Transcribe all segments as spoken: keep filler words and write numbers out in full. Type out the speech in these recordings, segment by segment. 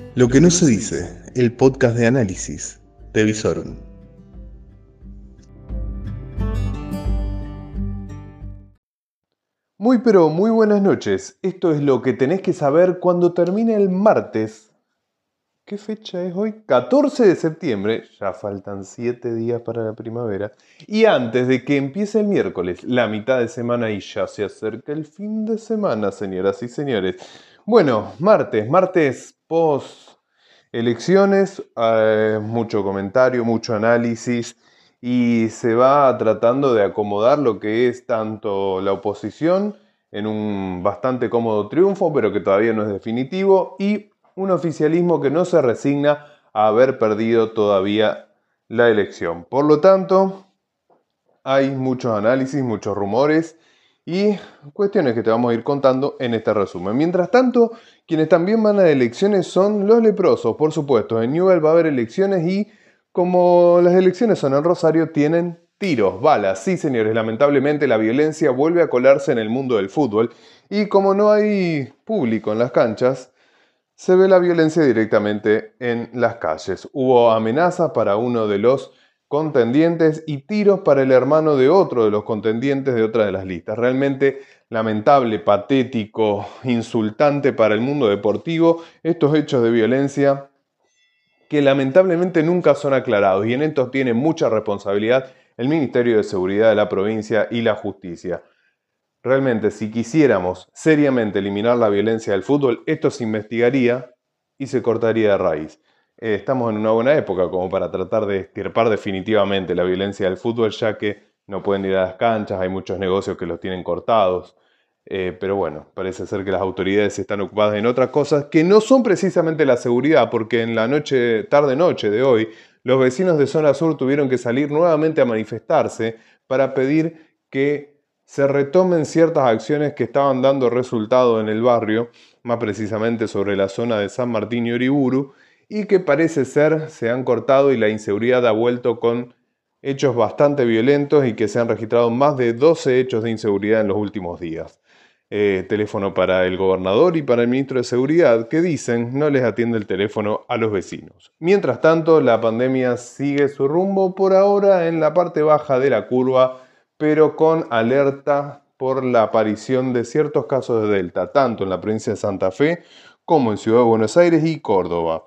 Lo que no se dice, el podcast de análisis de Visorum. Muy pero muy buenas noches. Esto es lo que tenés que saber cuando termine el martes. ¿Qué fecha es hoy? catorce de septiembre. Ya faltan siete días para la primavera. Y antes de que empiece el miércoles, la mitad de semana y ya se acerca el fin de semana, señoras y señores. Bueno, martes, martes post elecciones, eh, mucho comentario, mucho análisis y se va tratando de acomodar lo que es tanto la oposición en un bastante cómodo triunfo, pero que todavía no es definitivo, y un oficialismo que no se resigna a haber perdido todavía la elección. Por lo tanto, hay muchos análisis, muchos rumores y cuestiones que te vamos a ir contando en este resumen. Mientras tanto, quienes también van a elecciones son los leprosos, por supuesto. En Newell va a haber elecciones y como las elecciones son en Rosario, tienen tiros, balas. Sí, señores, lamentablemente la violencia vuelve a colarse en el mundo del fútbol y como no hay público en las canchas, se ve la violencia directamente en las calles. Hubo amenazas para uno de los contendientes y tiros para el hermano de otro de los contendientes de otra de las listas. Realmente lamentable, patético, insultante para el mundo deportivo estos hechos de violencia que lamentablemente nunca son aclarados y en estos tiene mucha responsabilidad el Ministerio de Seguridad de la provincia y la Justicia. Realmente, si quisiéramos seriamente eliminar la violencia del fútbol, esto se investigaría y se cortaría de raíz. Eh, estamos en una buena época como para tratar de extirpar definitivamente la violencia del fútbol, ya que no pueden ir a las canchas, hay muchos negocios que los tienen cortados. Eh, pero bueno, parece ser que las autoridades están ocupadas en otras cosas que no son precisamente la seguridad, porque en la noche, tarde-noche de hoy, los vecinos de Zona Sur tuvieron que salir nuevamente a manifestarse para pedir que se retomen ciertas acciones que estaban dando resultado en el barrio, más precisamente sobre la zona de San Martín y Uriburu, y que parece ser se han cortado y la inseguridad ha vuelto con hechos bastante violentos y que se han registrado más de doce hechos de inseguridad en los últimos días. Eh, teléfono para el gobernador y para el ministro de Seguridad que dicen no les atiende el teléfono a los vecinos. Mientras tanto, la pandemia sigue su rumbo por ahora en la parte baja de la curva, pero con alerta por la aparición de ciertos casos de Delta, tanto en la provincia de Santa Fe como en Ciudad de Buenos Aires y Córdoba.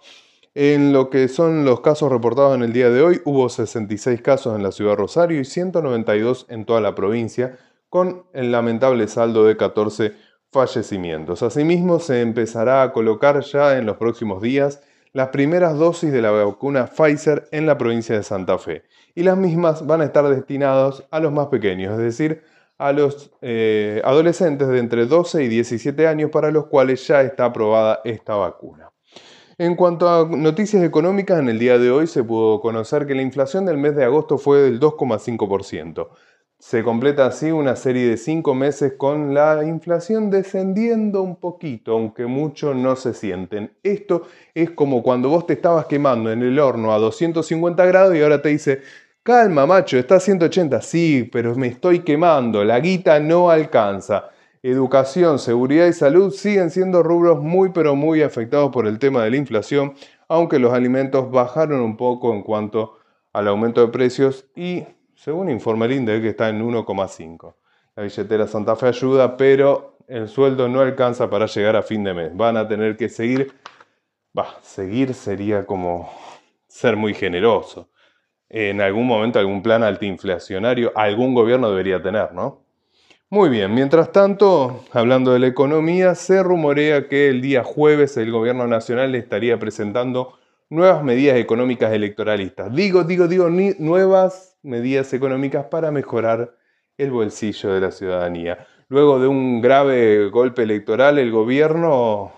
En lo que son los casos reportados en el día de hoy, hubo sesenta y seis casos en la ciudad de Rosario y ciento noventa y dos en toda la provincia, con el lamentable saldo de catorce fallecimientos. Asimismo, se empezará a colocar ya en los próximos días las primeras dosis de la vacuna Pfizer en la provincia de Santa Fe. Y las mismas van a estar destinadas a los más pequeños, es decir, a los eh, adolescentes de entre doce y diecisiete años para los cuales ya está aprobada esta vacuna. En cuanto a noticias económicas, en el día de hoy se pudo conocer que la inflación del mes de agosto fue del dos coma cinco por ciento. Se completa así una serie de cinco meses con la inflación descendiendo un poquito, aunque mucho no se sienten. Esto es como cuando vos te estabas quemando en el horno a doscientos cincuenta grados y ahora te dice, calma macho, está a ciento ochenta, sí, pero me estoy quemando, la guita no alcanza. Educación, seguridad y salud siguen siendo rubros muy pero muy afectados por el tema de la inflación, aunque los alimentos bajaron un poco en cuanto al aumento de precios y según informa el INDEC, que está en uno coma cinco. La billetera Santa Fe ayuda, pero el sueldo no alcanza para llegar a fin de mes. Van a tener que seguir, bah, seguir sería como ser muy generoso. En algún momento algún plan antiinflacionario algún gobierno debería tener, ¿no? Muy bien, mientras tanto, hablando de la economía, se rumorea que el día jueves el gobierno nacional estaría presentando nuevas medidas económicas electoralistas. Digo, digo, digo, ni, nuevas medidas económicas para mejorar el bolsillo de la ciudadanía. Luego de un grave golpe electoral, el gobierno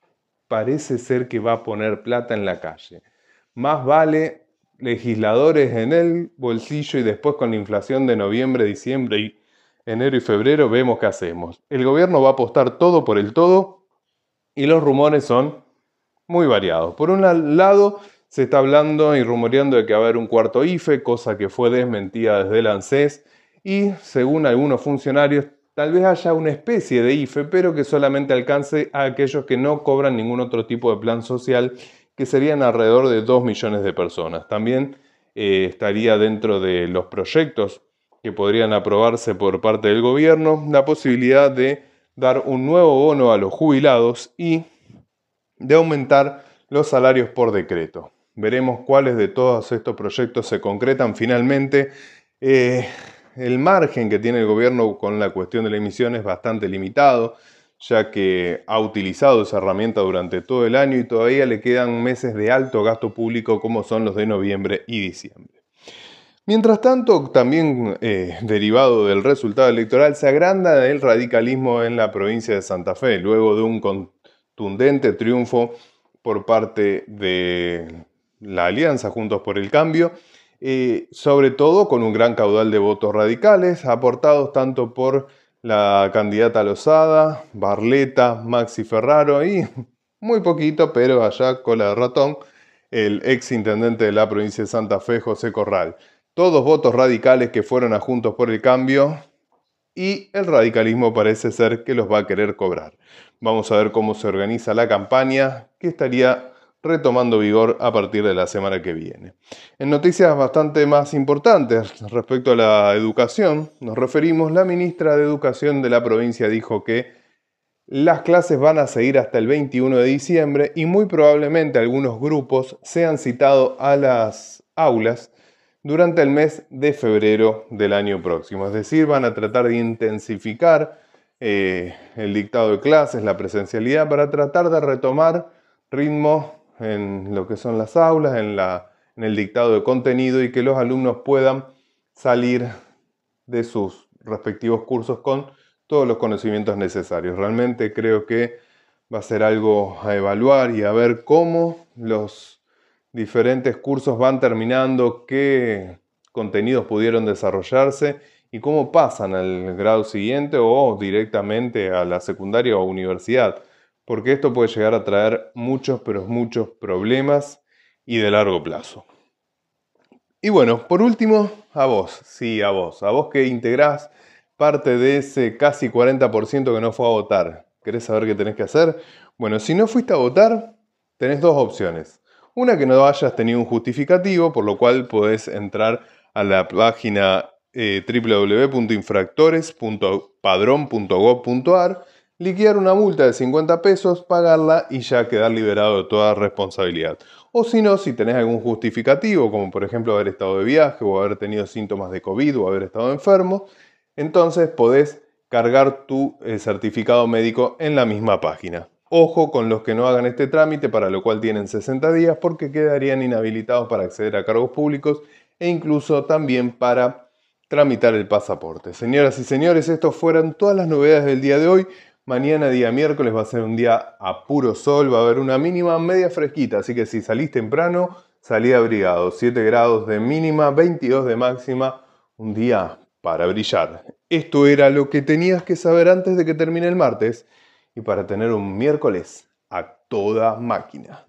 parece ser que va a poner plata en la calle. Más vale legisladores en el bolsillo y después con la inflación de noviembre, diciembre y enero y febrero vemos qué hacemos. El gobierno va a apostar todo por el todo y los rumores son muy variados. Por un lado, se está hablando y rumoreando de que va a haber un cuarto I F E, cosa que fue desmentida desde el ANSES, y según algunos funcionarios tal vez haya una especie de I F E, pero que solamente alcance a aquellos que no cobran ningún otro tipo de plan social, que serían alrededor de dos millones de personas. También eh, estaría dentro de los proyectos que podrían aprobarse por parte del gobierno la posibilidad de dar un nuevo bono a los jubilados y de aumentar los salarios por decreto. Veremos cuáles de todos estos proyectos se concretan finalmente. Eh, el margen que tiene el gobierno con la cuestión de la emisión es bastante limitado, ya que ha utilizado esa herramienta durante todo el año y todavía le quedan meses de alto gasto público como son los de noviembre y diciembre. Mientras tanto, también eh, derivado del resultado electoral, se agranda el radicalismo en la provincia de Santa Fe, luego de un contundente triunfo por parte de la alianza Juntos por el Cambio, eh, sobre todo con un gran caudal de votos radicales, aportados tanto por la candidata Lozada, Barleta, Maxi Ferraro y muy poquito, pero allá cola de ratón, el ex intendente de la provincia de Santa Fe, José Corral. Todos votos radicales que fueron a Juntos por el Cambio y el radicalismo parece ser que los va a querer cobrar. Vamos a ver cómo se organiza la campaña, que estaría retomando vigor a partir de la semana que viene. En noticias bastante más importantes respecto a la educación, nos referimos, la ministra de Educación de la provincia dijo que las clases van a seguir hasta el veintiuno de diciembre y muy probablemente algunos grupos sean citados a las aulas durante el mes de febrero del año próximo. Es decir, van a tratar de intensificar eh, el dictado de clases, la presencialidad, para tratar de retomar ritmo en lo que son las aulas, en, la, en el dictado de contenido y que los alumnos puedan salir de sus respectivos cursos con todos los conocimientos necesarios. Realmente creo que va a ser algo a evaluar y a ver cómo los diferentes cursos van terminando, qué contenidos pudieron desarrollarse y cómo pasan al grado siguiente o directamente a la secundaria o universidad, porque esto puede llegar a traer muchos, pero muchos problemas y de largo plazo. Y bueno, por último, a vos, sí, a vos, a vos que integrás parte de ese casi cuarenta por ciento que no fue a votar. ¿Querés saber qué tenés que hacer? Bueno, si no fuiste a votar, tenés dos opciones. Una, que no hayas tenido un justificativo, por lo cual podés entrar a la página eh, w w w punto infractores punto padrón punto gov punto ar, liquidar una multa de cincuenta pesos, pagarla y ya quedar liberado de toda responsabilidad. O si no, si tenés algún justificativo, como por ejemplo haber estado de viaje o haber tenido síntomas de COVID o haber estado enfermo, entonces podés cargar tu eh, certificado médico en la misma página. Ojo con los que no hagan este trámite, para lo cual tienen sesenta días, porque quedarían inhabilitados para acceder a cargos públicos e incluso también para tramitar el pasaporte. Señoras y señores, estos fueron todas las novedades del día de hoy. Mañana, día miércoles, va a ser un día a puro sol, va a haber una mínima media fresquita, así que si salís temprano, salí abrigado. siete grados de mínima, veintidós de máxima, un día para brillar. Esto era lo que tenías que saber antes de que termine el martes y para tener un miércoles a toda máquina.